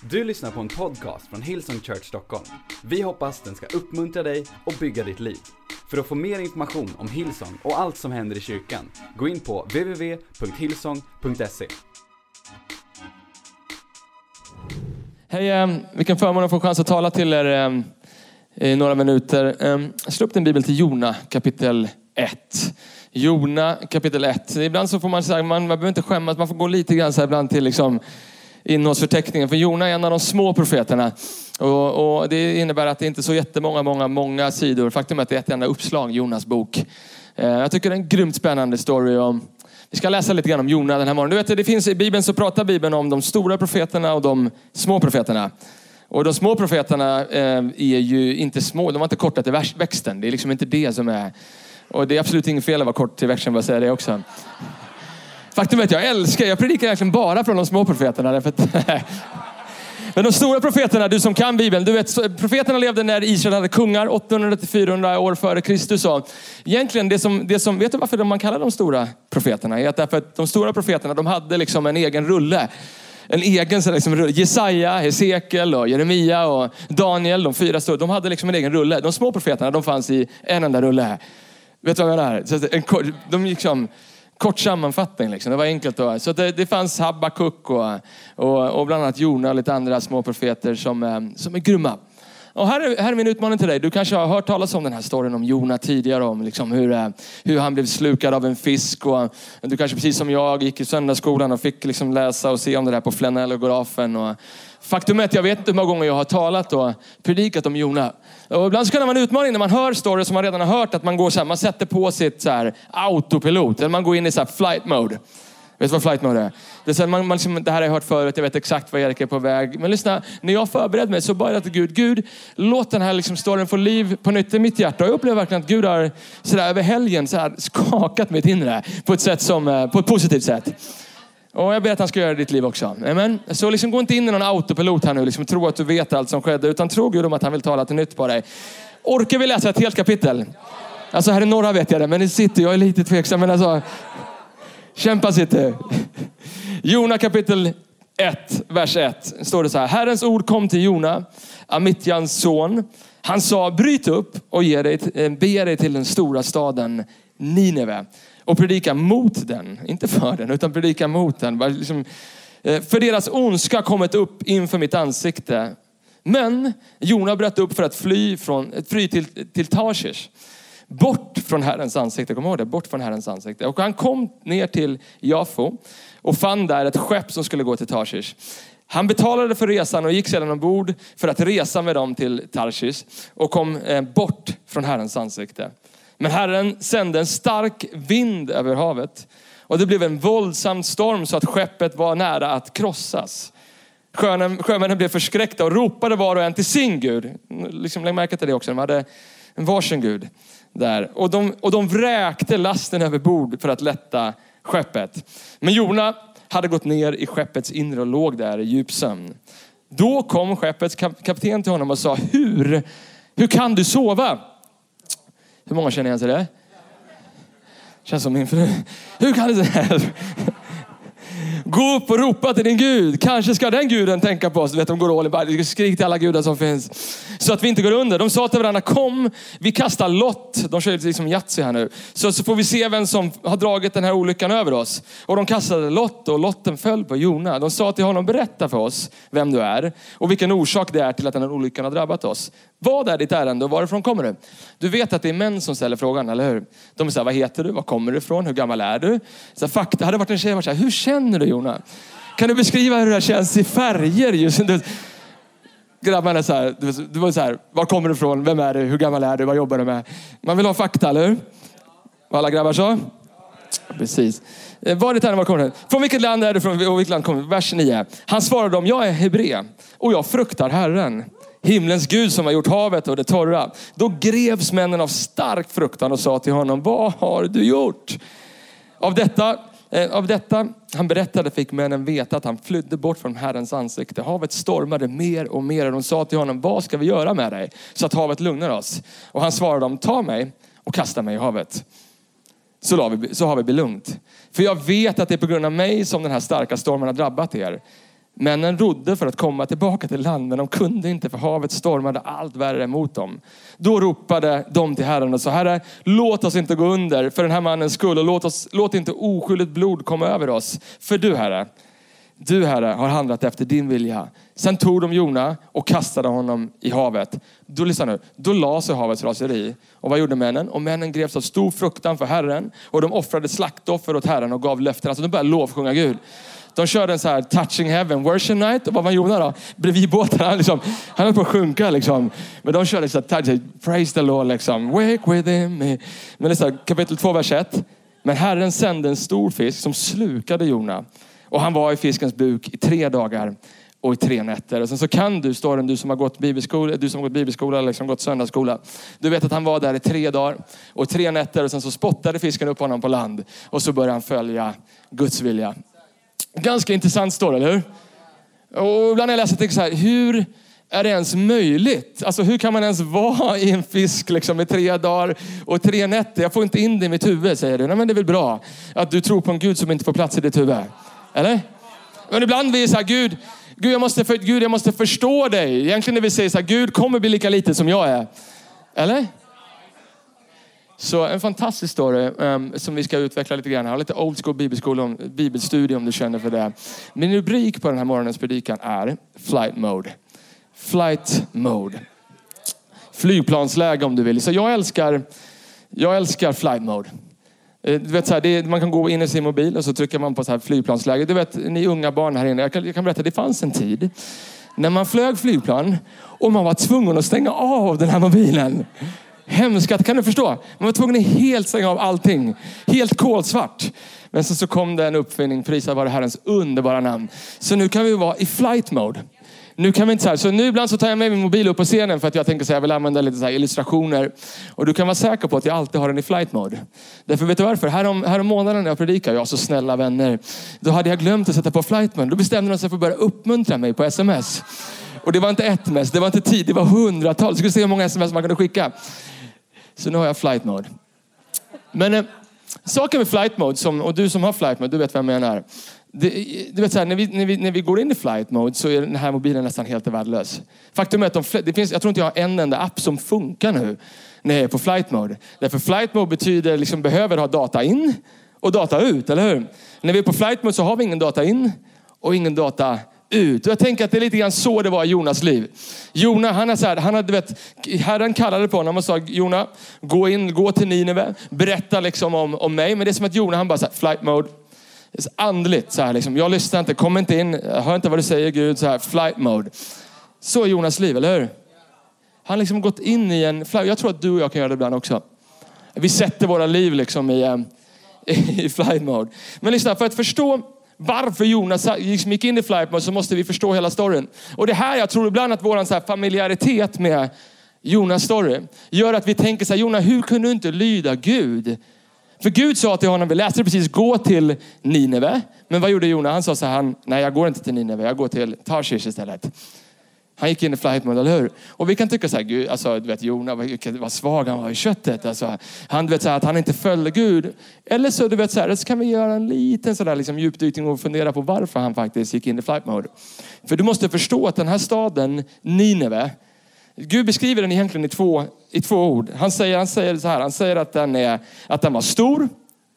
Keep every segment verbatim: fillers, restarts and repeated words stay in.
Du lyssnar på en podcast från Hillsong Church Stockholm. Vi hoppas den ska uppmuntra dig och bygga ditt liv. För att få mer information om Hillsong och allt som händer i kyrkan, gå in på w w w punkt hillsong punkt se. Hej, eh, vilken förmån att få chans att tala till er eh, i några minuter. Eh, slå upp din bibel till Jona kapitel ett. Jona kapitel ett. Ibland så får man säga, man, man behöver inte skämmas, man får gå lite grann så här ibland till liksom innehållsförteckningen. För Jona är en av de små profeterna. Och, och det innebär att det inte är så jättemånga, många, många sidor. Faktum är att det är ett enda uppslag, Jonas bok. Eh, jag tycker det är en grymt spännande story om... Vi ska läsa lite grann om Jona den här morgonen. Du vet, det finns i Bibeln så pratar Bibeln om de stora profeterna och de små profeterna. Och de små profeterna eh, är ju inte små. De var inte korta till växten. Det är liksom inte det som är... Och det är absolut inget fel att vara kort till växten, vad säger det också. Faktum är att jag älskar, jag predikar egentligen bara från de små profeterna. För att, men de stora profeterna, du som kan Bibeln, du vet, profeterna levde när Israel hade kungar åttahundra till fyrahundra år före Kristus. Och egentligen det som, det som, vet du varför man kallar de stora profeterna? Är att därför att de stora profeterna, de hade liksom en egen rulle. En egen så liksom, Jesaja, Hesekiel och Jeremia och Daniel, de fyra stora, de hade liksom en egen rulle. De små profeterna, de fanns i en enda rulle. Vet du vad jag menar? Så en, de gick som... Kort sammanfattning liksom. Det var enkelt då. Så det, det fanns Habakuk och, och, och bland annat Jona och lite andra små profeter som, som är grymma. Och här är, här är min utmaning till dig. Du kanske har hört talas om den här storyn om Jona tidigare. Om liksom hur, hur han blev slukad av en fisk. Och du kanske precis som jag gick i söndagsskolan och fick liksom läsa och se om det där på flanellografen. Och faktum är att jag vet inte hur många gånger jag har talat och predikat om Jona. Och ibland så kan det vara en utmaning när man hör stories som man redan har hört. Att man går så här, man sätter på sitt så här autopilot. Eller man går in i så här flight mode. Vet du vad flight mode är? Det är så här, man, man liksom, det här har jag hört förut, jag vet exakt vad Erik är på väg. Men lyssna, när jag förberedde mig så bad jag till Gud. Gud, låt den här liksom storyn få liv på nytt i mitt hjärta. Och jag upplever verkligen att Gud har så där, över helgen så här, skakat mitt inre på ett sätt som, på ett positivt sätt. Och jag ber att han ska göra ditt liv också. Amen. Så liksom gå inte in i någon autopilot här nu. Liksom tro att du vet allt som skedde. Utan tro Gud om att han vill tala till nytt på dig. Orkar vi läsa ett helt kapitel? Alltså här i norra vet jag det. Men det sitter, jag är lite tveksam. Men alltså, kämpa sitter. Jona kapitel ett, vers ett. Står det så här. Herrens ord kom till Jona, Amittjans son. Han sa, bryt upp och ge dig, bege dig till den stora staden Nineve. Och predika mot den. Inte för den, utan predika mot den. Liksom, för deras ondska kommit upp inför mitt ansikte. Men Jona bröt upp för att fly, från, fly till, till Tarshish. Bort från Herrens ansikte. Kom ihåg det, bort från Herrens ansikte. Och han kom ner till Jafo och fann där ett skepp som skulle gå till Tarshish. Han betalade för resan och gick sedan ombord för att resa med dem till Tarshish. Och kom eh, bort från Herrens ansikte. Men Herren sände en stark vind över havet. Och det blev en våldsam storm så att skeppet var nära att krossas. Sjömännen, sjömännen blev förskräckta och ropade var och en till sin Gud. Liksom, lägg märke till det också. De hade en varsin Gud där. Och de, och de vräkte lasten över bord för att lätta skeppet. Men Jona hade gått ner i skeppets inre och låg där i djup sömn. Då kom skeppets kap- kapten till honom och sa, hur, hur kan du sova? Hur många känner igen sig det? Känns som min fru. Hur kan det här? Gå upp och ropa till din Gud. Kanske ska den guden tänka på oss. Du vet, de går all bara skrik till alla gudar som finns. Så att vi inte går under. De sa till varandra, kom, vi kastar lott. De kör liksom Yatzy här nu. Så, så får vi se vem som har dragit den här olyckan över oss. Och de kastade lott och lotten föll på Jona. De sa till honom, berätta för oss vem du är. Och vilken orsak det är till att den här olyckan har drabbat oss. Vad är ditt ärende och varifrån kommer du? Du vet att det är män som ställer frågan, eller hur? De säger, vad heter du? Var kommer du ifrån? Hur gammal är du? Så fakta, hade varit en tjej varit så här, hur känner du Jona? Kan du beskriva hur det här känns i färger just nu? Grabbarna är så här, du var så här, var kommer du ifrån? Vem är du? Hur gammal är du? Vad jobbar du med? Man vill ha fakta, eller hur? Vad alla grabbar så? Precis. Var det här var kommer du? Från vilket land är du från? Och vilket land kommer du? Vers nio. Han svarade dem, jag är hebré och jag fruktar Herren. Himlens Gud som har gjort havet och det torra. Då greps männen av stark fruktan och sa till honom, vad har du gjort? Av detta, eh, av detta han berättade fick männen veta att han flydde bort från Herrens ansikte. Havet stormade mer och mer och de sa till honom, vad ska vi göra med dig? Så att havet lugnar oss. Och han svarade dem, ta mig och kasta mig i havet. Så, vi, så har vi blivit lugnt. För jag vet att det är på grund av mig som den här starka stormen har drabbat er. Männen rodde för att komma tillbaka till land, men de kunde inte för havet stormade allt värre emot dem. Då ropade de till Herren och sa: Herre, låt oss inte gå under för den här mannens skull och låt, oss, låt inte oskyldigt blod komma över oss. För du, Herre, du, Herre, har handlat efter din vilja. Sen tog de Jona och kastade honom i havet. Då, lyssna nu, då la sig havets raseri. Och vad gjorde männen? Och männen greps av stor fruktan för Herren. Och de offrade slaktoffer åt Herren och gav löften. Alltså de började lovsjunga Gud. De körde en så här touching heaven worship night. Och vad var Jona då? Bredvid båten. Han, liksom, han höll på att sjunka liksom. Men de körde så här touch, praise the Lord liksom. Wake with him. Men det är så här, kapitel två, vers ett. Men Herren sände en stor fisk som slukade Jona. Och han var i fiskens buk i tre dagar och i tre nätter. Och sen så kan du, står den, du som har gått bibelskola, du som har gått bibelskola eller liksom gått söndagsskola. Du vet att han var där i tre dagar och i tre nätter. Och sen så spottade fisken upp honom på land. Och så började han följa Guds vilja. Ganska intressant story, eller hur? Och ibland när jag läser tänker så här, hur är det ens möjligt? Alltså hur kan man ens vara i en fisk liksom i tre dagar och tre nätter? Jag får inte in det i mitt huvud, säger du. Nej, men det är väl bra att du tror på en Gud som inte får plats i ditt huvud. Eller? Men ibland vi är så här, Gud, Gud, jag måste för, Gud, jag måste förstå dig. Egentligen när vi säger så här, Gud kommer bli lika lite som jag är. Eller? Så en fantastisk story um, som vi ska utveckla lite grann. Jag har lite old school bibelskola om, bibelstudie om du känner för det. Min rubrik på den här morgonens predikan är Flight Mode. Flight Mode. Flygplansläge om du vill. Så jag älskar, jag älskar Flight Mode. Du vet så här, det är, man kan gå in i sin mobil och så trycker man på så här flygplansläge. Du vet, ni unga barn här inne, jag kan, jag kan berätta, det fanns en tid när man flög flygplan och man var tvungen att stänga av den här mobilen. Hemskt, kan du förstå? Man var tvungen att helt stänga av allting. Helt kolsvart. Men så, så kom det en uppfinning, prisad vare Herrens underbara namn. Så nu kan vi vara i flight mode. Nu kan vi inte så här. Så nu ibland så tar jag med min mobil upp på scenen för att jag tänker så här, jag vill använda lite så här illustrationer. Och du kan vara säker på att jag alltid har den i flight mode. Därför vet du varför? Här om, här om månaden när jag predikar, jag har så snälla vänner. Då hade jag glömt att sätta på flight mode. Då bestämde de sig för att börja uppmuntra mig på sms. Och det var inte ett mess, det var inte tio, det var hundratals. Du skulle se hur många sms man kunde skicka. Så nu har jag flight mode. Men eh, saken med flight mode, som, och du som har flight mode, du vet vad jag menar. Det, du vet så här, när, vi, när, vi, när vi går in i flight mode så är den här mobilen nästan helt värdelös. Faktum är att de, det finns, jag tror inte jag har en enda app som funkar nu när jag är på flight mode. Därför flight mode betyder liksom behöver ha data in och data ut, eller hur? När vi är på flight mode så har vi ingen data in och ingen data ut. Och jag tänker att det är lite grann så det var i Jonas liv. Jona, han är så här, han hade, vet, Herren kallade på honom och sa, Jona, gå in, gå till Nineve, berätta liksom om, om mig. Men det är som att Jona, han bara så här, flight mode. Andligt så här liksom. Jag lyssnar inte, kom inte in, jag hör inte vad du säger Gud, så här flight mode. Så är Jonas liv, eller hur? Han liksom gått in i en flight. Jag tror att du och jag kan göra det ibland också. Vi sätter våra liv liksom i, i flight mode. Men lyssna, för att förstå varför Jonas gick in i flight mode så måste vi förstå hela storyn. Och det här jag tror ibland att våran så här familjaritet med Jonas story gör att vi tänker så här, Jonas, hur kunde du inte lyda Gud? För Gud sa till honom, vi läste det precis, gå till Nineve. Men vad gjorde Jona? Han sa så här, han, nej jag går inte till Nineve, jag går till Tarshish istället. Han gick in i flight mode, eller hur? Och vi kan tycka så här, Gud, alltså du vet Jona var, var svag, han var i köttet. Alltså, han vet så här, att han inte följde Gud. Eller så du vet så här, så kan vi göra en liten sådär liksom djupdykning och fundera på varför han faktiskt gick in i flight mode. För du måste förstå att den här staden, Nineve, Gud beskriver den egentligen i två, i två ord. Han säger, han säger så här, han säger att den, är, att den var stor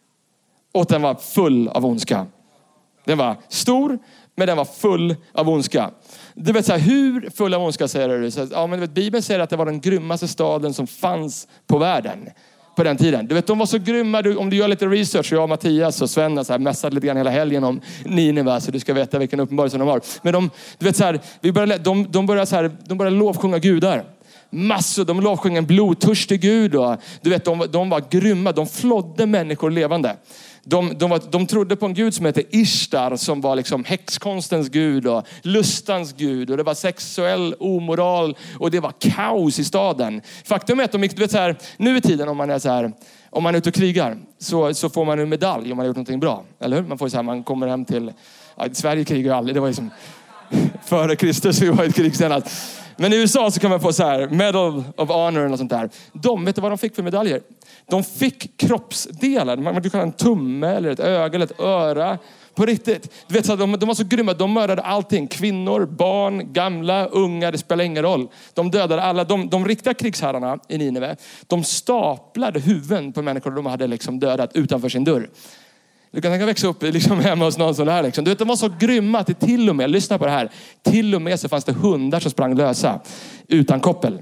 och att den var full av ondska. Den var stor, men den var full av ondska. Du vet så här, hur full av ondska säger du? Så, ja, men du vet, Bibeln säger att det var den grymmaste staden som fanns på världen på den tiden. Du vet, de var så grymma. Du, om du gör lite research, jag och Mattias och Sven så här, mässade lite grann hela helgen om Nineve, så du ska veta vilken uppenbarelse de har. Men de, du vet så här, vi började, de, de började så här, de började lovsjunga gudar. Massor, de lovsjöng en blodtörstig Gud. Och, du vet, de, de var grymma. De flodde människor levande. De, de, var, de trodde på en gud som heter Ishtar, som var liksom häxkonstens gud och lustans gud. Och det var sexuell omoral och det var kaos i staden. Faktum är att de gick, du vet så här, nu i tiden om man är så här, om man är ute och krigar så, så får man en medalj om man har gjort någonting bra. Eller hur? Man får så här, man kommer hem till, ja, Sverige krigar aldrig, det var liksom före Kristus, vi var ett krig senast. Men i U S A så kan man få så här Medal of Honor och sånt där. De, vet du vad de fick för medaljer? De fick kroppsdelar. Man kan ha en tumme eller ett öga eller ett öra På riktigt. Du vet, så de, de var så grymma. De mördade allting. Kvinnor, barn, gamla, unga. Det spelar ingen roll. De dödade alla. De, de riktiga krigsherrarna i Nineve. De staplade huvuden på människor de hade liksom dödat utanför sin dörr. Du kan tänka växa upp liksom hemma hos någon sån här. Liksom. Du vet, de var så grymma att det till och med, lyssna på det här. Till och med så fanns det hundar som sprang lösa. Utan koppel.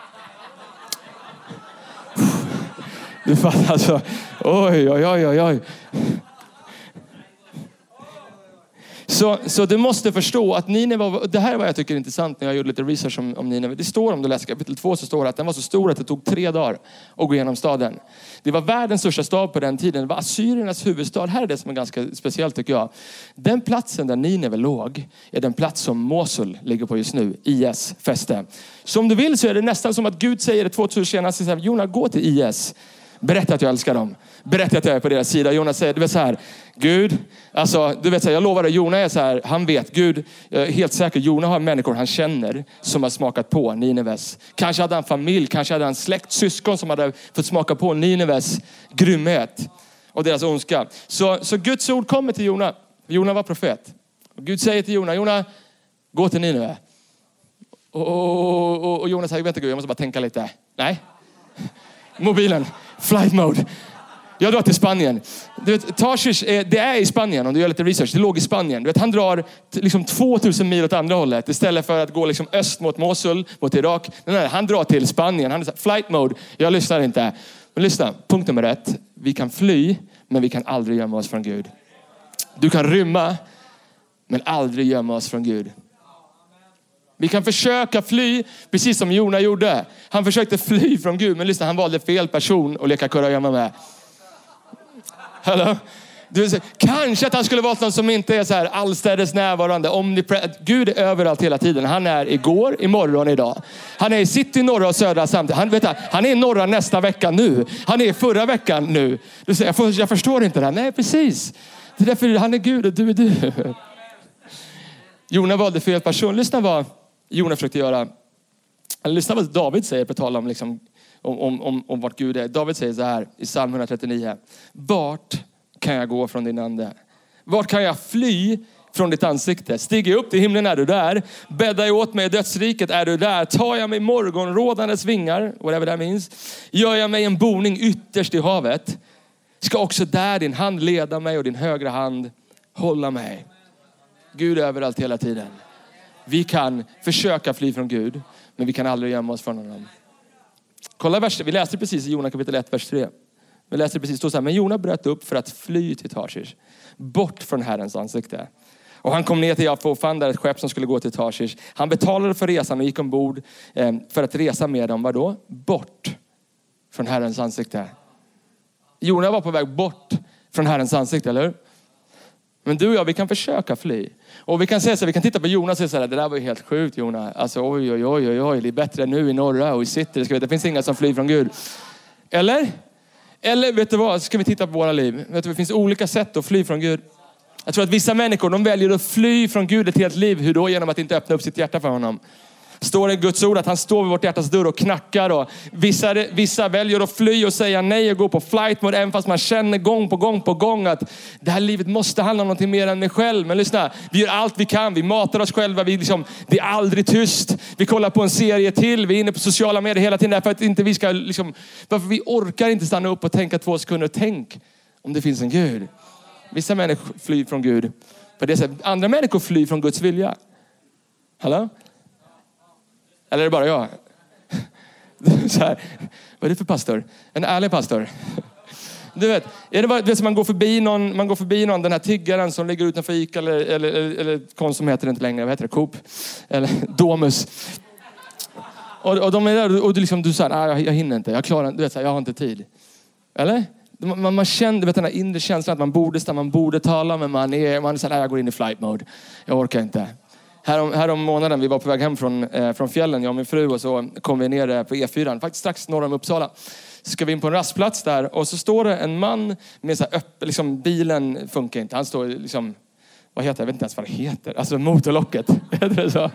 Du fattar alltså. Oj, oj, oj, oj, oj. Så, så du måste förstå att Nineve, det här är vad jag tycker är intressant när jag gjorde lite research om, om Nineve. Det står, om du läser kapitel två, så står det att den var så stor att det tog tre dagar att gå igenom staden. Det var världens största stad på den tiden. Det var Assyriernas huvudstad. Här är det som är ganska speciellt tycker jag. Den platsen där Nineve låg är den plats som Mosul ligger på just nu. I S fäste. Så om du vill så är det nästan som att Gud säger det tvåtusen senare. Säger, Jonas, gå till I S. Berätta att jag älskar dem. Berätta att jag är på deras sida. Jonas säger, du vet så här, Gud, alltså, du vet så här, jag lovar dig, Jonas är så här, han vet, Gud, jag är helt säker, Jonas har människor han känner som har smakat på Nineves. Kanske hade han familj, kanske hade han släkt, syskon som hade fått smaka på Nineves grymhet och deras ondska. Så, så Guds ord kommer till Jonas. Jonas var profet. Och Gud säger till Jonas, Jonas, gå till Nineve. Och, och, och, och Jonas säger, vet du Gud, jag måste bara tänka lite. Nej. Mobilen. Flight mode. Jag drar till Spanien. Du vet, Tarshish är, det är i Spanien om du gör lite research. Det låg i Spanien. Du vet, han drar liksom tvåtusen mil åt andra hållet. Istället för att gå liksom öst mot Mosul, mot Irak. Nej, nej, han drar till Spanien. Han är så här, flight mode. Jag lyssnar inte. Men lyssna, punkt nummer ett. Vi kan fly, men vi kan aldrig gömma oss från Gud. Du kan rymma, men aldrig gömma oss från Gud. Vi kan försöka fly, precis som Jona gjorde. Han försökte fly från Gud, men lyssna, han valde fel person att leka kurragömma med. Hallå? Du säger, kanske att han skulle valt någon som inte är så här allstädes närvarande. Omnipre- Gud är överallt hela tiden. Han är igår, imorgon, idag. Han är i city, norra och södra samtidigt. Han, vet, han är i norra nästa vecka nu. Han är i förra veckan nu. Du säger, jag, för, jag förstår inte det här. Nej, precis. Det är därför han är Gud och du är du. Jona valde fel person. Lyssna vad Jona försökte göra. Eller lyssna vad David säger på tal om, liksom, om, om, om, om vart Gud är. David säger så här i psalm etthundratrettionio. Vart kan jag gå från din ande? Vart kan jag fly från ditt ansikte? Stiger jag upp till himlen, är du där? Bäddar jag åt mig i dödsriket, är du där? Tar jag mig morgonrådandes vingar, whatever that means. Gör jag mig en boning ytterst i havet? Ska också där din hand leda mig och din högra hand hålla mig. Gud är överallt hela tiden. Vi kan försöka fly från Gud, men vi kan aldrig gömma oss från honom. Kolla versen, vi läste precis i Jona kapitel ett, vers tre. Vi läste precis, stod så här, men Jona bröt upp för att fly till Tarshish. Bort från Herrens ansikte. Och han kom ner till Jaffa och fann där ett skepp som skulle gå till Tarshish. Han betalade för resan och gick ombord eh, för att resa med dem. Vadå? Bort från Herrens ansikte. Jona var på väg bort från Herrens ansikte, eller hur? Men du och jag, vi kan försöka fly. Och vi kan säga så här, vi kan titta på Jonas och säga så här, det där var ju helt sjukt Jona. Alltså oj, oj, oj, oj, oj, det är bättre nu i norra och i city. Det finns inga som flyr från Gud. Eller? Eller vet du vad, ska vi titta på våra liv. Vet du, det finns olika sätt att fly från Gud. Jag tror att vissa människor, de väljer att fly från Gud ett helt liv. Hur då? Genom att inte öppna upp sitt hjärta för honom. Står det i Guds ord att han står vid vårt hjärtas dörr och knackar. Och vissa, vissa väljer att fly och säga nej och gå på flight mode. Även fast man känner gång på gång på gång att det här livet måste handla om någonting mer än mig själv. Men lyssna, vi gör allt vi kan. Vi matar oss själva. Vi liksom, det är aldrig tyst. Vi kollar på en serie till. Vi är inne på sociala medier hela tiden. Därför att inte vi ska liksom, varför vi orkar inte stanna upp och tänka två sekunder. Tänk om det finns en Gud. Vissa människor flyr från Gud. För det är så här, andra människor flyr från Guds vilja. Hallå? Eller är det bara jag? Så här, vad är det för pastor? En ärlig pastor. Du vet, är det bara, du vet, man går förbi någon, man går förbi någon, den här tiggaren som ligger utanför Ica eller, eller, eller, eller Konsum heter det inte längre, vad heter det? Coop eller Domus. Och, och de är där och du liksom, du säger, nej jag, jag hinner inte, jag klarar inte, du vet, så här, jag har inte tid. Eller? Man, man känner, du vet, den här inre känslan att man borde stanna, man borde tala, men man är, man är så här, nej jag går in i flight mode. Jag orkar inte. Här om, här om månaden, vi var på väg hem från, eh, från fjällen, jag och min fru, och så kom vi ner eh, på E fyra, faktiskt strax norr om Uppsala. Så ska vi in på en rastplats där och så står det en man med så här öppen, liksom bilen funkar inte. Han står liksom, vad heter det? Jag vet inte ens vad det heter. Alltså motorlocket, heter det så?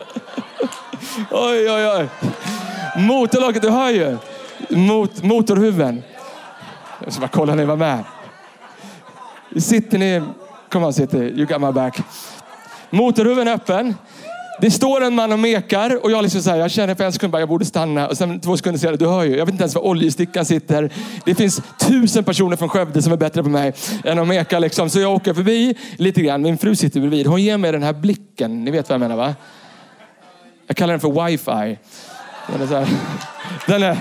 Oj, oj, oj. Motorlocket, du hör ju. Mot, motorhuven. Jag ska bara kolla när ni var med. Sitter ni, Come on City, you got my back. Motorhuven öppen. Det står en man och mekar och jag liksom så här, jag känner för en sekund bara jag borde stanna och sen två sekunder senare, du hör ju, jag vet inte ens var oljestickan sitter. Det finns tusen personer från Skövde som är bättre på mig än att meka liksom. Så jag åker förbi lite grann, min fru sitter bredvid. Hon ger mig den här blicken, ni vet vad jag menar va? Jag kallar den för wifi. Den är så här, den är...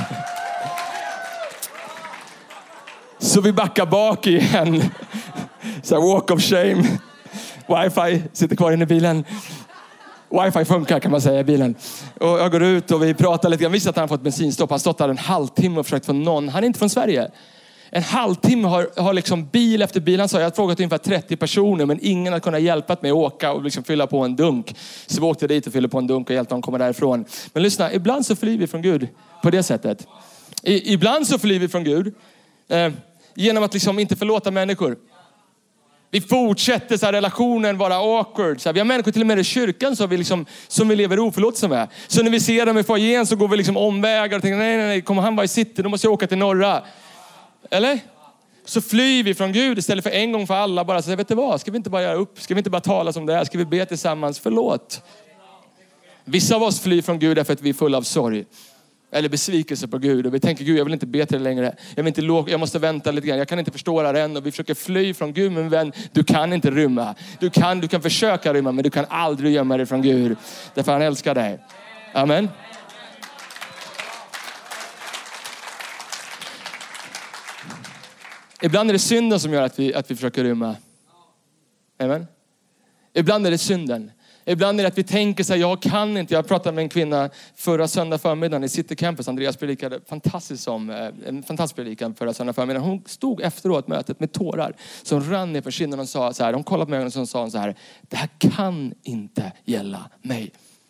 Så vi backar bak igen. Så här walk of shame. Wifi sitter kvar inne i bilen. Wifi funkar kan man säga i bilen. Och jag går ut och vi pratar lite. Jag visste att han fått bensinstopp. Han har stått där en halvtimme och försökt få någon. Han är inte från Sverige. En halvtimme har, har liksom bil efter bil. Han sa jag har frågat ungefär trettio personer. Men ingen har kunnat hjälpa mig att åka och liksom fylla på en dunk. Så vi åkte dit och fyllde på en dunk och hjälpte honom komma därifrån. Men lyssna, ibland så flyr vi från Gud på det sättet. I, ibland så flyr vi från Gud. Eh, genom att liksom inte förlåta människor. Vi fortsätter så här, relationen vara awkward. Så här, vi har människor till och med i kyrkan så vi liksom, som vi lever oförlåtelse med. Så när vi ser dem i foajén så går vi liksom omvägar och tänker nej, nej, nej, kommer han vara i city, då måste jag åka till norra. Eller? Så flyr vi från Gud istället för en gång för alla. Bara så här, vet du vad? Ska vi inte bara göra upp? Ska vi inte bara tala som det är? Ska vi be tillsammans? Förlåt. Vissa av oss flyr från Gud därför att vi är fulla av sorg. Eller besvikelse på Gud. Och vi tänker, Gud jag vill inte be till dig längre. Jag, vill inte låg, jag måste vänta lite grann. Jag kan inte förstå det här än. Och vi försöker fly från Gud. Men vän, du kan inte rymma. Du kan, du kan försöka rymma. Men du kan aldrig gömma dig från Gud. Därför han älskar dig. Amen. Ibland är det synden som gör att vi, att vi försöker rymma. Amen. Ibland är det synden. Ibland är det att vi tänker så här, jag kan inte. Jag pratade med en kvinna förra söndag förmiddagen i City Campus. Andreas predikade fantastiskt som en fantastisk predikan förra söndag förmiddagen. Hon stod efteråt mötet med tårar som rann ner för kinden och sa så här. Hon kollade på mig och sa så här. Det här kan inte gälla mig.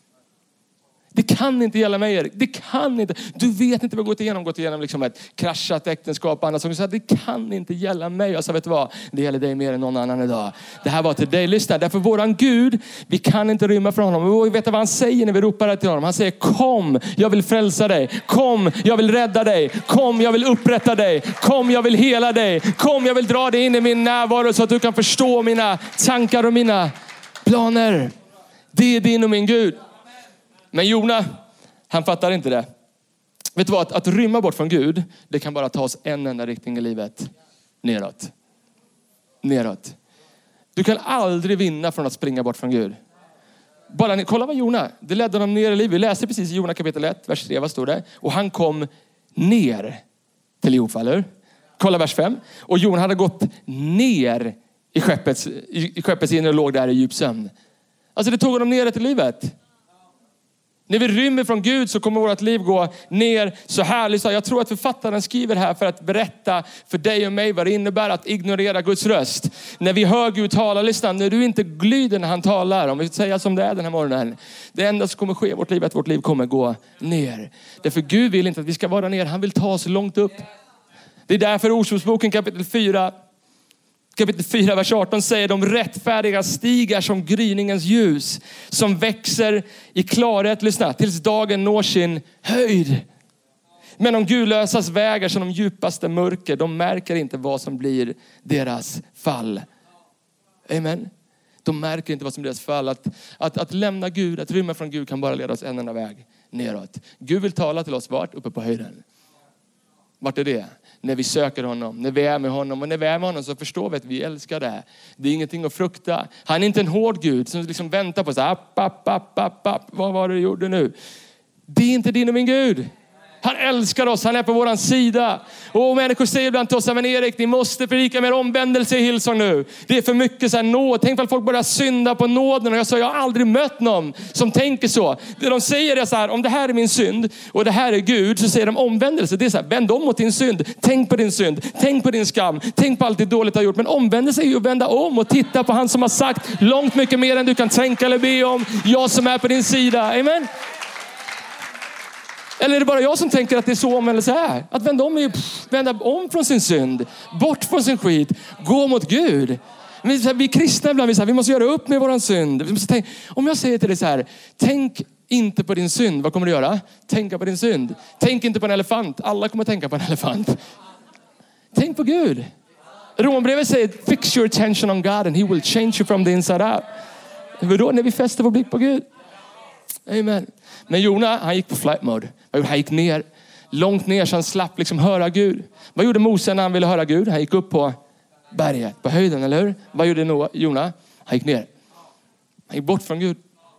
Det kan inte gälla mig, Erik. Det kan inte. Du vet inte vad jag gått igenom. Gått igenom liksom ett kraschat äktenskap och annat. Så det kan inte gälla mig. Jag sa, vet du vad? Det gäller dig mer än någon annan idag. Det här var till dig. Lyssna. Därför våran Gud, vi kan inte rymma från honom. Och vet du vad han säger när vi ropar till honom? Han säger, kom, jag vill frälsa dig. Kom, jag vill rädda dig. Kom, jag vill upprätta dig. Kom, jag vill hela dig. Kom, jag vill dra dig in i min närvaro så att du kan förstå mina tankar och mina planer. Det är din och min Gud. Men Jona, han fattar inte det. Vet du vad? Att, att rymma bort från Gud, det kan bara ta oss en enda riktning i livet. Neråt. Neråt. Du kan aldrig vinna från att springa bort från Gud. Bara, kolla vad Jona, det ledde honom ner i livet. Vi läste precis i Jona kapitel ett, vers tre, vad står det? Och han kom ner till Jopa, eller? Kolla vers fem. Och Jona hade gått ner i skeppets, i, i skeppets inre och låg där i djup sömn. Alltså det tog honom ner till livet. När vi rymmer från Gud så kommer vårt liv gå ner så här. Jag tror att författaren skriver här för att berätta för dig och mig vad det innebär att ignorera Guds röst. När vi hör Gud tala, lyssna, när du inte glyder när han talar, om vi säger som det är den här morgonen. Det enda som kommer ske i vårt liv är att vårt liv kommer gå ner. Därför Gud vill inte att vi ska vara ner, han vill ta oss långt upp. Det är därför Ordspråksboken kapitel fyra, kapitel fyra, vers arton säger de rättfärdiga stigar som gryningens ljus som växer i klarhet, lyssna, tills dagen når sin höjd. Men de gudlösas vägar som de djupaste mörker, de märker inte vad som blir deras fall. Amen. De märker inte vad som blir deras fall. Att, att, att lämna Gud, att rymma från Gud kan bara leda oss en enda väg neråt. Gud vill tala till oss vart? Uppe på höjden. Vart är det? När vi söker honom, när vi är med honom. Och när vi är med honom så förstår vi att vi älskar det. Det är ingenting att frukta. Han är inte en hård Gud som liksom väntar på så här, app, app, app, app, app. Vad var det du gjorde nu? Det är inte din och min Gud. Han älskar oss, han är på våran sida. Och människor säger ibland till oss, men Erik, ni måste predika mer omvändelse i Hillsong nu. Det är för mycket så här nåd. Tänk för att folk börjar synda på nåden. Och jag sa, jag har aldrig mött någon som tänker så. Det de säger är så här, om det här är min synd och det här är Gud, så säger de omvändelse. Det är så här, vänd om mot din synd. Tänk på din synd. Tänk på din skam. Tänk på allt det dåligt du har gjort. Men omvändelse är ju att vända om och titta på han som har sagt långt mycket mer än du kan tänka eller be om. Jag som är på din sida. Amen. Eller är det bara jag som tänker att det är så omvändelse är? Att vända om är ju pff, vända om från sin synd. Bort från sin skit. Gå mot Gud. Vi, så här, vi kristna ibland, vi, så här, vi måste göra upp med våran synd. Vi måste tänka, om jag säger till dig så här, tänk inte på din synd. Vad kommer du göra? Tänka på din synd. Tänk inte på en elefant. Alla kommer tänka på en elefant. Tänk på Gud. Romarbrevet säger fix your attention on God and he will change you from the inside out. Vadå? När vi fäster vår blick på Gud. Amen. Men Jona, han gick på flight mode. Han gick ner. Långt ner så han slapp liksom höra Gud. Vad gjorde Mose när han ville höra Gud? Han gick upp på berget, på höjden, eller hur? Vad gjorde Jona? Han gick ner. Han gick bort från Gud.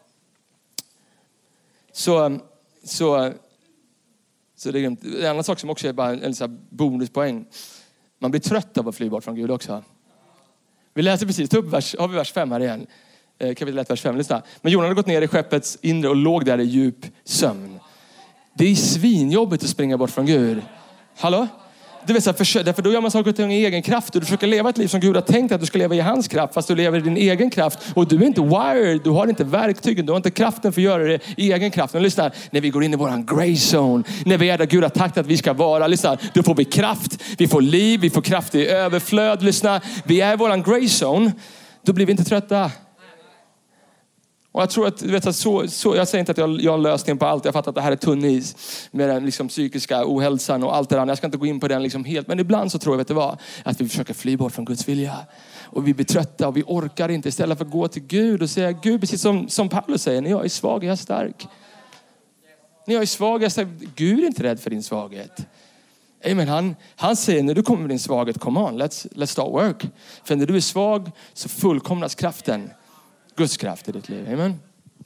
Så, så, så det är en annan sak som också är bara en sån här bonuspoäng. Man blir trött av att fly bort från Gud också. Vi läser precis, ta upp vers, har vi vers fem här igen. Kapitel ett, vers fem, lyssna. Men Jona hade gått ner i skeppets inre och låg där i djup sömn. Det är svinjobbigt att springa bort från Gud. Hallå? Du vet så här, för, därför då gör man saker och ting i egen kraft. Och du försöker leva ett liv som Gud har tänkt att du ska leva i hans kraft. Fast du lever i din egen kraft. Och du är inte wired. Du har inte verktygen. Du har inte kraften för att göra det i egen kraft. Men lyssna, när vi går in i våran grey zone. När vi är där Gud har tagit att vi ska vara. Lyssna, då får vi kraft. Vi får liv. Vi får kraft i överflöd. Lyssna, vi är i våran grey zone. Då blir vi inte trötta. Och jag tror att, du vet, så, så, jag säger inte att jag, jag har lösningen på allt. Jag fattar att det här är tunn is med den liksom, psykiska ohälsan och allt det där. Jag ska inte gå in på den liksom, helt. Men ibland så tror jag, vet du vad? Att vi försöker fly bort från Guds vilja. Och vi blir trötta och vi orkar inte. Istället för att gå till Gud och säga, Gud, precis som, som Paulus säger. När jag är svag, jag är stark. När jag är svag, jag är stark. Gud är inte rädd för din svaghet. Amen. Han, han säger, när du kommer med din svaghet, come on, let's, let's start work. För när du är svag så fullkomnas kraften. Guds kraft i ditt liv. Amen.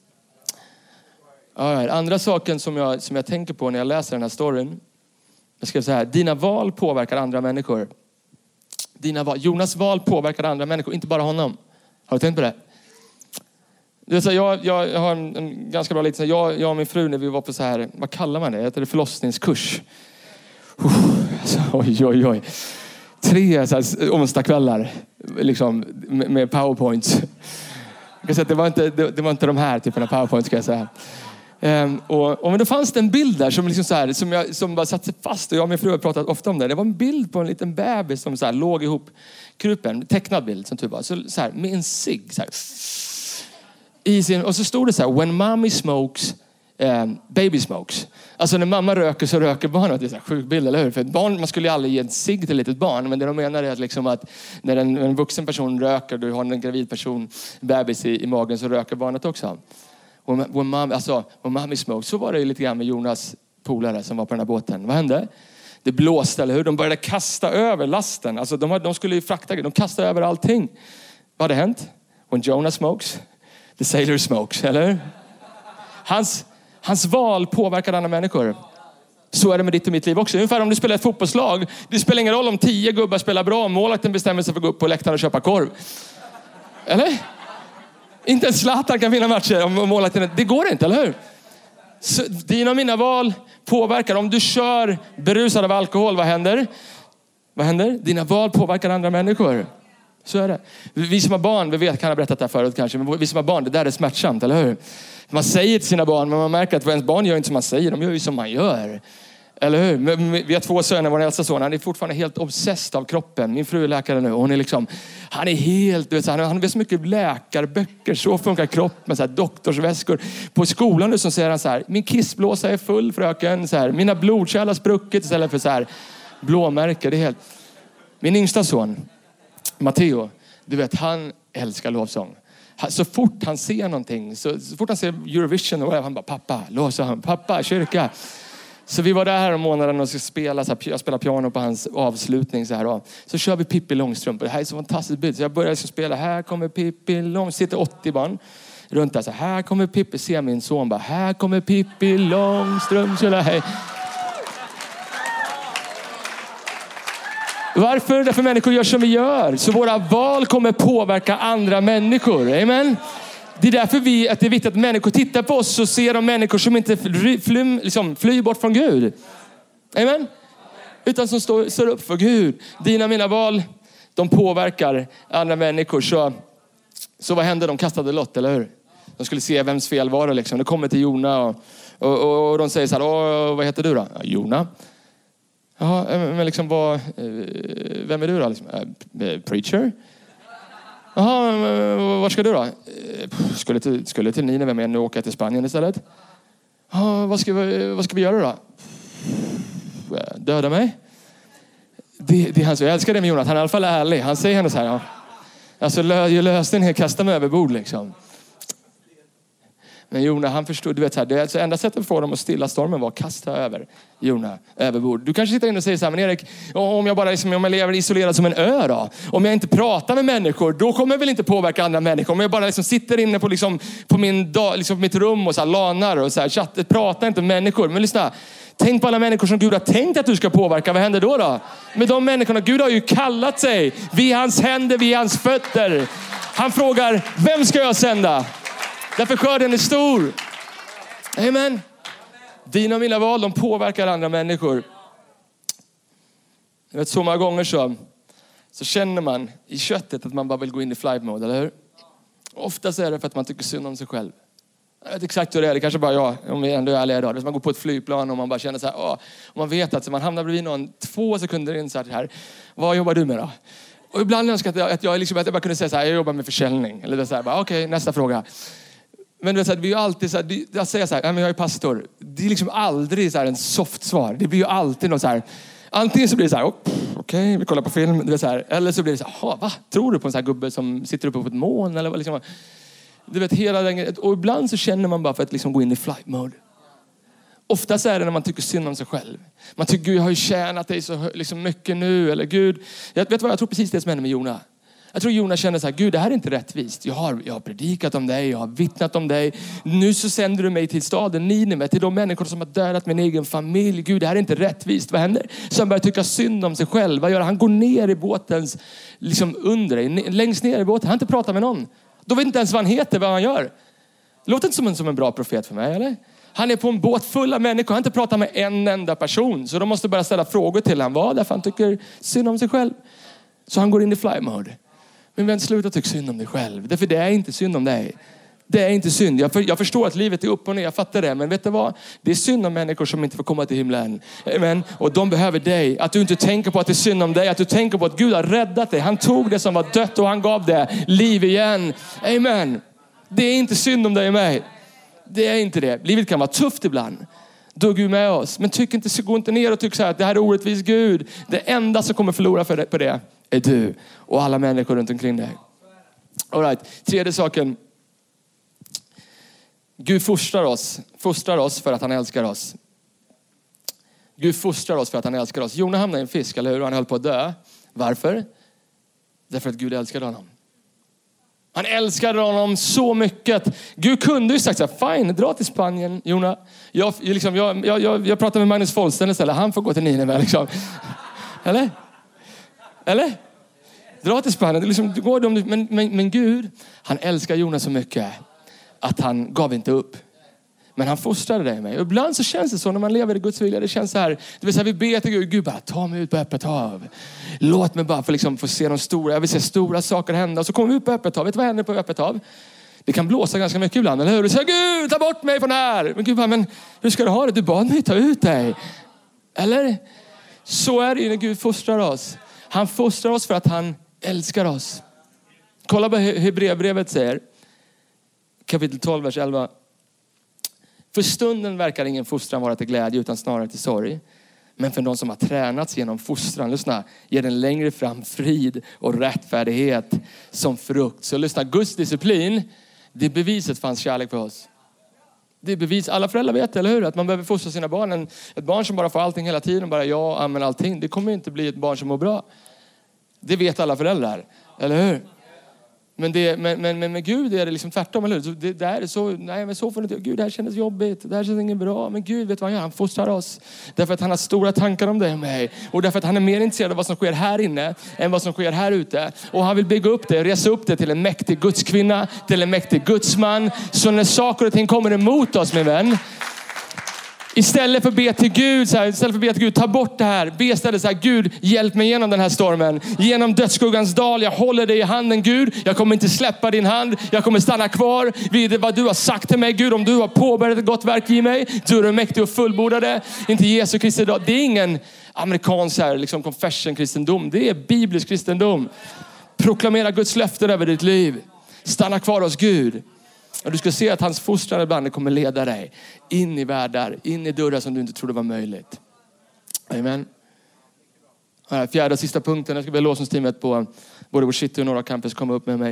Right. Andra saken som jag, som jag tänker på när jag läser den här storyn. Jag skrev så här. Dina val påverkar andra människor. Dina val, Jonas val påverkar andra människor. Inte bara honom. Har du tänkt på det? Det är så här, jag, jag, jag har en, en ganska bra liten. Jag, jag och min fru när vi var på så här. Vad kallar man det? Heter det förlossningskurs? Uh, alltså, oj, oj, oj. Tre så här, onsdagskvällar. Liksom med, med powerpoints. Jag säga, det, var inte, det, det var inte de här typerna av powerpoint ska jag säga. Um, och, och men då fanns det en bild där som, liksom så här, som, jag, som bara satt sig fast. Och jag och min fru har pratat ofta om det. Det var en bild på en liten bebis som så här, låg ihop krupen. Tecknad bild som typ var. Så, så här, med en cigg. Så här, i sin, och så stod det så här. When mommy smokes, um, baby smokes. Alltså när mamma röker så röker barnet. Det är så här sjuk bild, eller hur? För ett barn, man skulle ju aldrig ge en cigg till ett litet barn. Men det de menar är att, liksom att när en, en vuxen person röker, du har en gravid person, bebis i, i magen, så röker barnet också. Och when mom, alltså, when mommy smoked, så var det ju lite grann med Jonas polare som var på den här båten. Vad hände? Det blåste, eller hur? De började kasta över lasten. Alltså de, de skulle ju frakta, de kastade över allting. Vad hade hänt? When Jonah smokes, the sailor smokes, eller? Hans... Hans val påverkar andra människor. Så är det med ditt och mitt liv också. Ungefär om du spelar ett fotbollslag. Det spelar ingen roll om tio gubbar spelar bra. Målvakten bestämmer sig för att gå upp på läktaren och köpa korv. Eller? Inte en Zlatan kan vinna matcher om målvakten. Det går inte, eller hur? Så dina och mina val påverkar. Om du kör berusad av alkohol, vad händer? Vad händer? Dina val påverkar andra människor. Så är det. Vi som har barn, vi vet, kan ha berättat det här förut kanske. Men vi som har barn, det där är smärtsamt, eller hur? Man säger till sina barn, men man märker att ens barn gör inte som man säger. De gör ju som man gör. Eller hur? Men vi har två söner, vår äldsta son. Han är fortfarande helt obsessed av kroppen. Min fru är läkare nu. Och hon är liksom, han är helt, du vet, han har så mycket läkarböcker. Så funkar kropp med så här doktorsväskor. På skolan nu så säger han så här, min kissblåsa är full, fröken. Så här, mina blodkärl har spruckit istället för så här blåmärker. Det är helt. Min yngsta son, Matteo, du vet, han älskar lovsång. Så fort han ser någonting, så, så fort han ser Eurovision, och han bara, pappa, lovsång, pappa, kyrka. Så vi var där här om månaden och ska spela, så här, jag spelar piano på hans avslutning. Så, här, då. Så kör vi Pippi Långstrump. Det här är så fantastiskt bild. Så jag börjar liksom spela, här kommer Pippi Långstrump. Sitter åttio barn runt där. Så här kommer Pippi, ser min son bara, här kommer Pippi Långstrump. Så här. Varför? Därför människor gör som vi gör. Så våra val kommer påverka andra människor. Amen. Det är därför vi, att det är viktigt att människor tittar på oss och ser de människor som inte fly, fly, liksom, flyr bort från Gud. Amen. Utan som står, står upp för Gud. Dina mina val, de påverkar andra människor. Så, så vad hände? De kastade lott, eller hur? De skulle se vems fel var det. Liksom. De kommer till Jona och, och, och, och de säger så här, Åh, vad heter du då? Ja, Jona. Ja, men liksom vad, vem är du då? Liksom, äh, preacher? Jaha, var ska du då? Skulle till, skulle till Nineve, men nu åka till Spanien istället. Ja, vad ska vi, vad ska vi göra då? Döda mig? Det, det är han, så jag älskar det med Jonas. Han är i alla fall ärlig. Han säger henne så här. Ja. Alltså jag löste den här, kasta mig över bord liksom. Men Jona, han förstod, du vet så här, det är alltså enda sättet för dem att stilla stormen var att kasta över Jona över bord. Du kanske sitter inne och säger så här, men Erik, om jag bara liksom, om jag lever isolerad som en ö då? Om jag inte pratar med människor, då kommer jag väl inte påverka andra människor. Om jag bara liksom sitter inne på, liksom, på min dag, liksom mitt rum och så här, lanar och så här, chatt, pratar inte med människor. Men lyssna, tänk på alla människor som Gud har tänkt att du ska påverka. Vad händer då då? Med de människorna, Gud har ju kallat sig. Vi är hans händer, vi är hans fötter. Han frågar, vem ska jag sända? Därför skörden är stor. Amen. Dina och mina val, de påverkar andra människor. Jag vet, så många gånger så, så känner man i köttet att man bara vill gå in i flight mode, eller hur? Oftast är det för att man tycker synd om sig själv. Jag vet exakt hur det är. Det kanske bara jag, om vi ändå är ärliga idag. Man går på ett flygplan och man bara känner så här, åh, och man vet att man hamnar bredvid någon två sekunder in så här. Vad jobbar du med då? Och ibland önskar jag att jag, liksom, att jag bara kunde säga så här, jag jobbar med försäljning. Eller så här, okej, okay, nästa fråga. Men du vet, så här, vi är ju alltid så här, jag säger så här, jag är pastor. Det är liksom aldrig så här en soft svar. Det blir ju alltid något så här, antingen så blir det så här, okej, okay, vi kollar på film. Du vet, så här, eller så blir det så här, va? Tror du på en sån här gubbe som sitter uppe på ett moln? Eller vad liksom, du vet, hela den, och ibland så känner man bara för att liksom gå in i flight mode. Oftast är det när man tycker synd om sig själv. Man tycker, Gud, jag har ju tjänat dig så liksom mycket nu. Eller Gud, jag vet vad, jag tror precis det som hände med Jona. Jag tror Jona kände så här, Gud, det här är inte rättvist. Jag har, jag har predikat om dig, jag har vittnat om dig. Nu så sänder du mig till staden Nineve, till de människor som har dödat min egen familj. Gud, det här är inte rättvist. Vad händer? Så han börjar tycka synd om sig själv. Vad gör han? Han går ner i båtens, liksom under, längst ner i båten. Han har inte pratat med någon. Då vet inte ens vad han heter, vad han gör. Låter inte som en, som en bra profet för mig, eller? Han är på en båt full av människor. Han har inte pratat med en enda person. Så de måste börja ställa frågor till honom. Vad? Därför han tycker synd om sig själv. Så han går in i fly mode. Men vem, sluta tycka synd om dig själv. Därför det är inte synd om dig. Det är inte synd. Jag, för, jag förstår att livet är upp och ner. Jag fattar det. Men vet du vad? Det är synd om människor som inte får komma till himlen. Amen. Och de behöver dig. Att du inte tänker på att det är synd om dig. Att du tänker på att Gud har räddat dig. Han tog det som var dött och han gav det liv igen. Amen. Det är inte synd om dig och mig. Det är inte det. Livet kan vara tufft ibland. Då är Gud med oss. Men tyck inte, gå inte ner och tyck så här att det här är orättvis Gud. Det enda som kommer förlora för det, på det är du och alla människor runt omkring dig. All right. Tredje saken. Gud fostrar oss. Fostrar oss för att han älskar oss. Gud fostrar oss för att han älskar oss. Jona hamnade i en fisk, eller hur? Han höll på att dö. Varför? Därför att Gud älskade honom. Han älskade honom så mycket. Gud kunde ju sagt så här, fine, dra till Spanien, Jona. Jag, liksom, jag, jag, jag, jag pratar med Magnus Folsten istället. Han får gå till Nineve, liksom. Eller? Eller? Dra till Spanien. Liksom, går de, men, men, men Gud, han älskar Jona så mycket att han gav inte upp. Men han fostrade dig med. Och ibland så känns det så när man lever i Guds vilja. Det känns så här. Det vill säga vi ber till Gud. Gud bara, ta mig ut på öppet hav. Låt mig bara få, liksom, få se de stora. Jag vill se stora saker hända. Och så kommer vi ut på öppet hav. Vet du vad händer på öppet hav? Det kan blåsa ganska mycket ibland. Eller hur? Du säger, Gud, ta bort mig från här. Men Gud bara, men hur ska du ha det? Du bad mig ta ut dig. Eller? Så är det ju när Gud fostrar oss. Han fostrar oss för att han älskar oss. Kolla vad Hebreerbrevet säger. Kapitel tolv, vers elva. För stunden verkar ingen fostran vara till glädje utan snarare till sorg. Men för de som har tränats genom fostran, lyssna, ger den längre fram frid och rättfärdighet som frukt. Så lyssna, Guds disciplin, det är beviset för hans kärlek för oss. Det är bevis, alla föräldrar vet, eller hur? Att man behöver fostra sina barn. En, ett barn som bara får allting hela tiden, bara ja, amen, allting. Det kommer inte bli ett barn som mår bra. Det vet alla föräldrar, eller hur? Men, det, men, men, men med Gud är det liksom tvärtom, eller hur? Så det, det är så, nej men så får det inte. Gud, det här kändes jobbigt. Det här känns inget bra. Men Gud vet vad han gör. Han fostrar oss. Därför att han har stora tankar om dig och mig. Och därför att han är mer intresserad av vad som sker här inne än vad som sker här ute. Och han vill bygga upp det, resa upp det till en mäktig Guds kvinna, till en mäktig Guds man. Så när saker och ting kommer emot oss, min vän, istället för att be till Gud, så här, istället för att be till Gud, ta bort det här. Be istället så här, Gud, hjälp mig genom den här stormen. Genom dödsskuggans dal, jag håller dig i handen, Gud. Jag kommer inte släppa din hand. Jag kommer stanna kvar vid vad du har sagt till mig, Gud. Om du har påbörjat ett gott verk i mig, du är mäktig och fullborda det. Inte Jesu Kristi dag. Det är ingen amerikansk här, liksom confession-kristendom. Det är biblisk kristendom. Proklamera Guds löften över ditt liv. Stanna kvar hos Gud. Och du ska se att hans fostran ibland kommer leda dig in i världar, in i dörrar som du inte trodde var möjligt. Amen. här, fjärde och sista punkten. Jag ska be lovsångsteamet på både vår city och några campus komma upp med mig.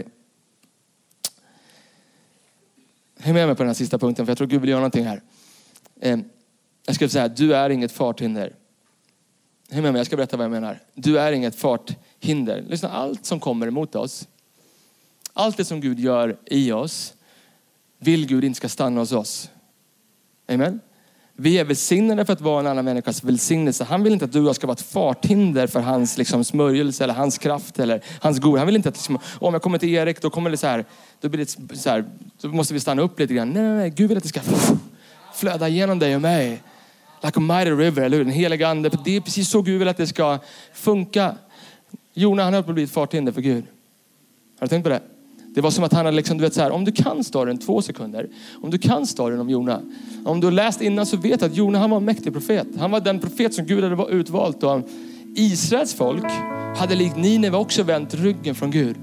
Häng med mig på den här sista punkten, för jag tror Gud vill göra någonting här. Eh, jag ska säga, du är inget farthinder. Häng med mig, jag ska berätta vad jag menar. Du är inget farthinder. Lyssna, allt som kommer emot oss, allt det som Gud gör i oss, vill Gud inte ska stanna hos oss. Amen. Vi är välsignade för att vara en annan människas välsignelse. Han vill inte att du och jag ska vara ett farthinder för hans liksom, smörjelse eller hans kraft eller hans godhet. Han vill inte att liksom, om jag kommer till Erik, då kommer det så här, då blir det så här, då måste vi stanna upp lite grann. Nej, nej, nej. Gud vill att det ska flöda igenom dig och mig. Like a mighty river, eller hur? Den heliga ande. Det är precis så Gud vill att det ska funka. Jona, han har blivit ett farthinder för Gud. Har du tänkt på det? Det var som att han hade liksom, du vet så här, om du kan storyn två sekunder. Om du kan storyn om Jona. Om du har läst innan så vet du att Jona, han var en mäktig profet. Han var den profet som Gud hade utvalt. Och Israels folk hade likt Nineve också vänt ryggen från Gud.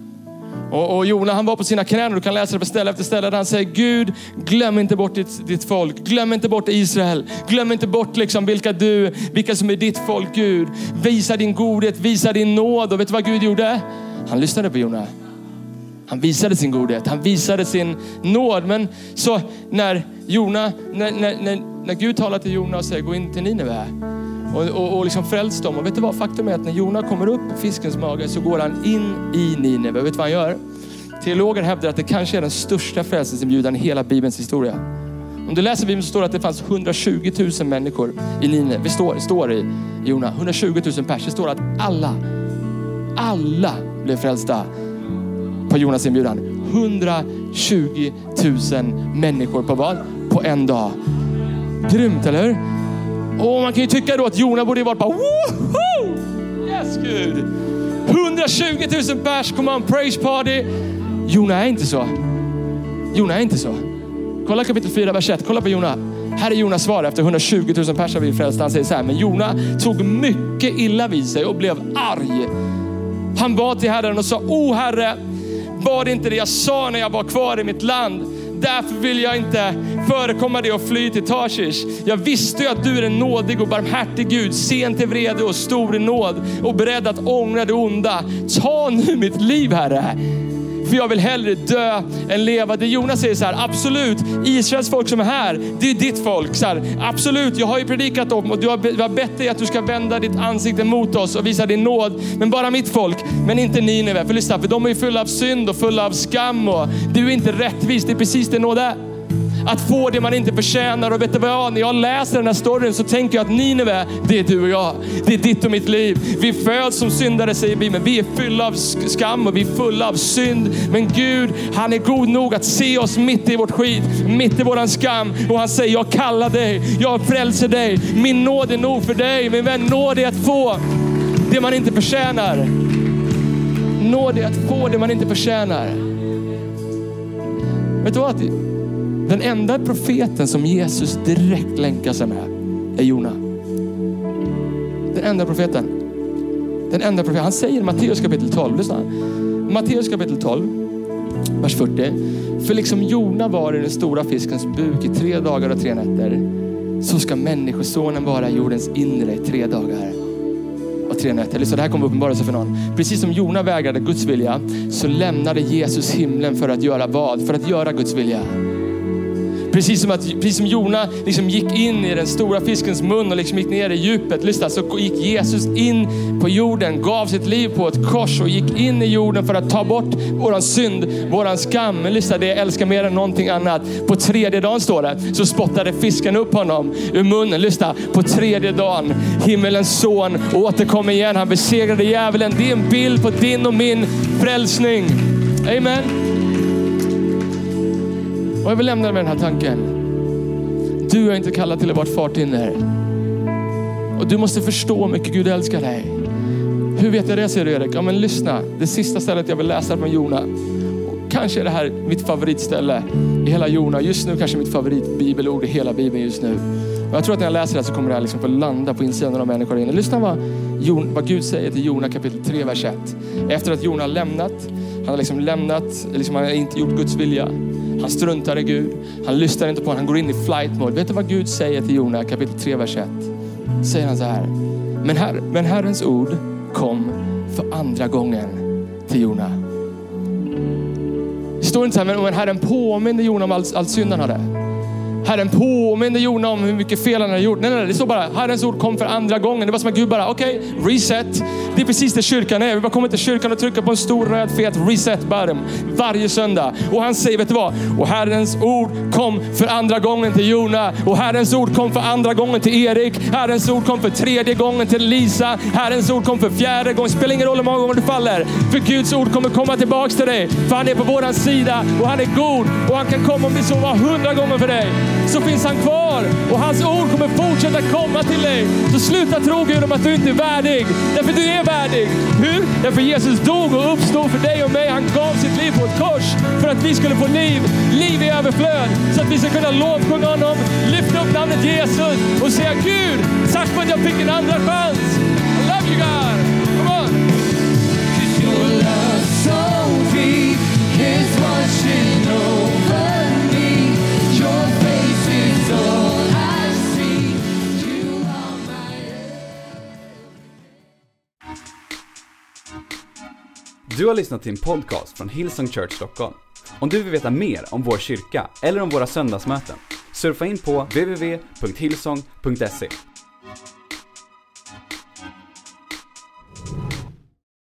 Och, och Jona, han var på sina knän, och du kan läsa det på ställe efter ställe där han säger: Gud, glöm inte bort ditt, ditt folk. Glöm inte bort Israel. Glöm inte bort liksom vilka du, vilka som är ditt folk, Gud. Visa din godhet, visa din nåd. Och vet du vad Gud gjorde? Han lyssnade på Jona. Han visade sin godhet. Han visade sin nåd. Men så när Jona, när, när, när, när Gud talar till Jona och säger: gå in till Nineve och, och, och liksom fräls dem. Och vet du vad? Faktum är att när Jona kommer upp i fiskens mage så går han in i Nineve. Och vet du vad han gör? Teologer hävdar att det kanske är den största frälsningsinbjudan i hela Bibelns historia. Om du läser Bibeln så står det att det fanns hundratjugo tusen människor i Nineve. Det står, det står i Jona. hundratjugo tusen pers. Det står att alla, alla blev frälsta på Jonas inbjudan. hundratjugo tusen människor på vad? På en dag. Grymt, eller hur? Och man kan ju tycka då att Jona borde vara på woho! Yes, Gud! hundratjugo tusen pers, come on, praise party. Jona är inte så. Jona är inte så. Kolla kapitel fyra, vers ett. Kolla på Jona. Här är Jonas svar efter hundratjugo tusen pers har vi frälst. Han säger så här: men Jona tog mycket illa vid sig och blev arg. Han bad till Herren och sa: o Herre, var det inte det jag sa när jag var kvar i mitt land? Därför vill jag inte förekomma det och fly till Tarshish. Jag visste ju att du är en nådig och barmhärtig Gud, sen till vrede och stor i nåd och beredd att ångra det onda. Ta nu mitt liv, Herre. För jag vill hellre dö än leva. Det Jonas säger så här: absolut, Israels folk som är här, det är ditt folk. Så här, absolut, jag har ju predikat om och du har, du har bett dig att du ska vända ditt ansikte mot oss och visa din nåd. Men bara mitt folk, men inte Nineve. För lyssna, för de är ju fulla av synd och fulla av skam. Och du är inte rättvis, det är precis det nåd är. Att få det man inte förtjänar. Och vet du vad, när jag läser den här storyn så tänker jag att Nineve, det är du och jag. Det är ditt och mitt liv. Vi föds som syndare, säger Bibeln. Vi är fulla av skam och vi är fulla av synd. Men Gud, han är god nog att se oss mitt i vårt skit, mitt i våran skam. Och han säger: jag kallar dig, jag frälser dig. Min nåd är nog för dig. Min vän, nåd är att få det man inte förtjänar. Nåd är att få det man inte förtjänar. Vet du vad? Den enda profeten som Jesus direkt länkar sig med är Jona. Den enda profeten. Den enda profeten. Han säger i Matteus kapitel tolv. Lyssna. Matteus kapitel tolv, vers fyrtio. För liksom Jona var i den stora fiskens buk i tre dagar och tre nätter, så ska människosonen vara i jordens inre i tre dagar och tre nätter. Så det här kommer uppenbara sig för någon. Precis som Jona vägrade Guds vilja, så lämnade Jesus himlen för att göra vad? För att göra Guds vilja. Precis som, att, precis som Jona liksom gick in i den stora fiskens mun och liksom gick ner i djupet. Lyssna, så gick Jesus in på jorden, gav sitt liv på ett kors och gick in i jorden för att ta bort våran synd, våran skam. Men lyssna, det jag älskar mer än någonting annat. På tredje dagen, står det, så spottade fisken upp honom ur munnen. Lyssna, på tredje dagen, himmelens son återkom igen. Han besegrade djävulen. Det är en bild på din och min frälsning. Amen. Och jag vill lämna med den här tanken. Du är inte kallad till att vara ett farthinder. Och du måste förstå hur mycket Gud älskar dig. Hur vet jag det, säger Erik? Ja, men lyssna. Det sista stället jag vill läsa från Jona. Och kanske är det här mitt favoritställe i hela Jona. Just nu kanske mitt favoritbibelord i hela Bibeln just nu. Och jag tror att när jag läser det så kommer det här liksom få landa på insidan av människor inne. Lyssna vad, Jon, vad Gud säger till Jona kapitel tre, vers ett. Efter att Jona har lämnat. Han har liksom lämnat, liksom han har inte gjort Guds vilja. Han struntar i Gud. Han lyssnar inte på honom. Han går in i flight mode. Vet du vad Gud säger till Jona kapitel tre, vers ett? Säger han så här: Men, här, men Herrens ord kom för andra gången till Jona. Det står inte så här, men Herren påminner Jona om allt, allt synd han hade. Herren påminner Jona om hur mycket fel han har gjort. Nej, nej, nej, det står bara, Herrens ord kom för andra gången. Det var som att Gud bara, okej, okay, reset. Det är precis det kyrkan är. Vi bara kommer till kyrkan och trycker på en stor röd fet reset-button varje söndag. Och han säger, vet du vad? Och Herrens ord kom för andra gången till Jona. Och Herrens ord kom för andra gången till Erik. Herrens ord kom för tredje gången till Lisa. Herrens ord kom för fjärde gången. Spelar ingen roll hur många gånger du faller. För Guds ord kommer komma tillbaks till dig. För han är på våran sida. Och han är god. Och han kan komma om det så var hundra gånger för dig. Så finns han kvar. Och hans ord kommer fortsätta komma till dig. Så sluta tro Gud om att du inte är värdig. Därför du är värdig. Hur? Därför Jesus dog och uppstod för dig och mig. Han gav sitt liv på ett kors. För att vi skulle få liv. Liv i överflöd. Så att vi ska kunna lovsjunga honom. Lyfta upp namnet Jesus. Och säga Gud, tack för att jag fick en andra chans. I love you God. Come on. Cause your love so deep is washing over me. Your face is all I see. You are my Du har lyssnat till en podcast från Hillsong Church Stockholm. Om du vill veta mer om vår kyrka eller om våra söndagsmöten, surfa in på w w w punkt hillsong punkt se.